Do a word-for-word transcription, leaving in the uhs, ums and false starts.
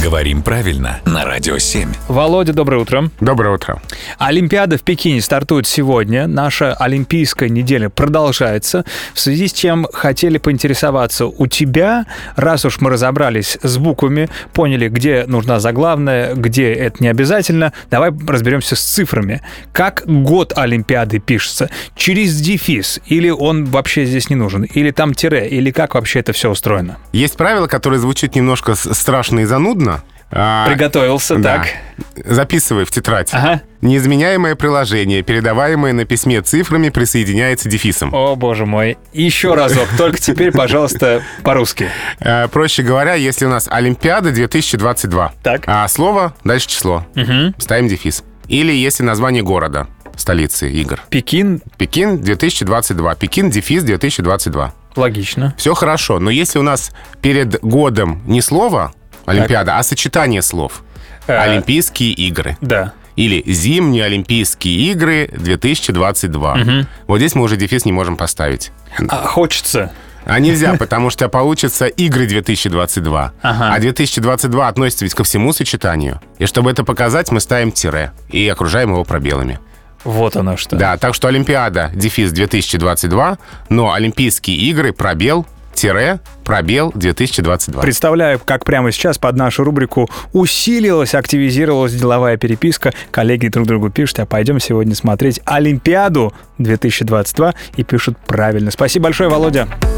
Говорим правильно на Радио семь. Володя, доброе утро. Доброе утро. Олимпиада в Пекине стартует сегодня. Наша олимпийская неделя продолжается. В связи с чем хотели поинтересоваться у тебя, раз уж мы разобрались с буквами, поняли, где нужна заглавная, где это не обязательно, давай разберемся с цифрами. Как год Олимпиады пишется? Через дефис? Или он вообще здесь не нужен? Или там тире? Или как вообще это все устроено? Есть правило, которое звучит немножко страшно и занудно. Приготовился, да. так. Записывай в тетрадь. Ага. Неизменяемое приложение, передаваемое на письме цифрами, присоединяется дефисом. О, боже мой. Еще разок. Только теперь, пожалуйста, по-русски. Проще говоря, если у нас Олимпиада две тысячи двадцать два, Так. а слово, дальше число, Угу. ставим дефис. Или если название города, столицы игр. Пекин. Пекин две тысячи двадцать два. Пекин, дефис две тысячи двадцать два. Логично. Все хорошо, но если у нас перед годом не слово Олимпиада, а сочетание слов. Э, Олимпийские игры. Да. Или зимние Олимпийские игры две тысячи двадцать два. Угу. Вот здесь мы уже дефис не можем поставить. А хочется. А нельзя, потому что получится игры две тысячи двадцать два. Ага. А две тысячи двадцать два относится ведь ко всему сочетанию. И чтобы это показать, мы ставим тире и окружаем его пробелами. Вот оно что. Да, так что Олимпиада, дефис две тысячи двадцать два, но Олимпийские игры, пробел, тире, пробел две тысячи двадцать два. Представляю, как прямо сейчас под нашу рубрику усилилась, активизировалась деловая переписка. Коллеги друг другу пишут, а пойдем сегодня смотреть Олимпиаду две тысячи двадцать два, и пишут правильно. Спасибо большое, Володя.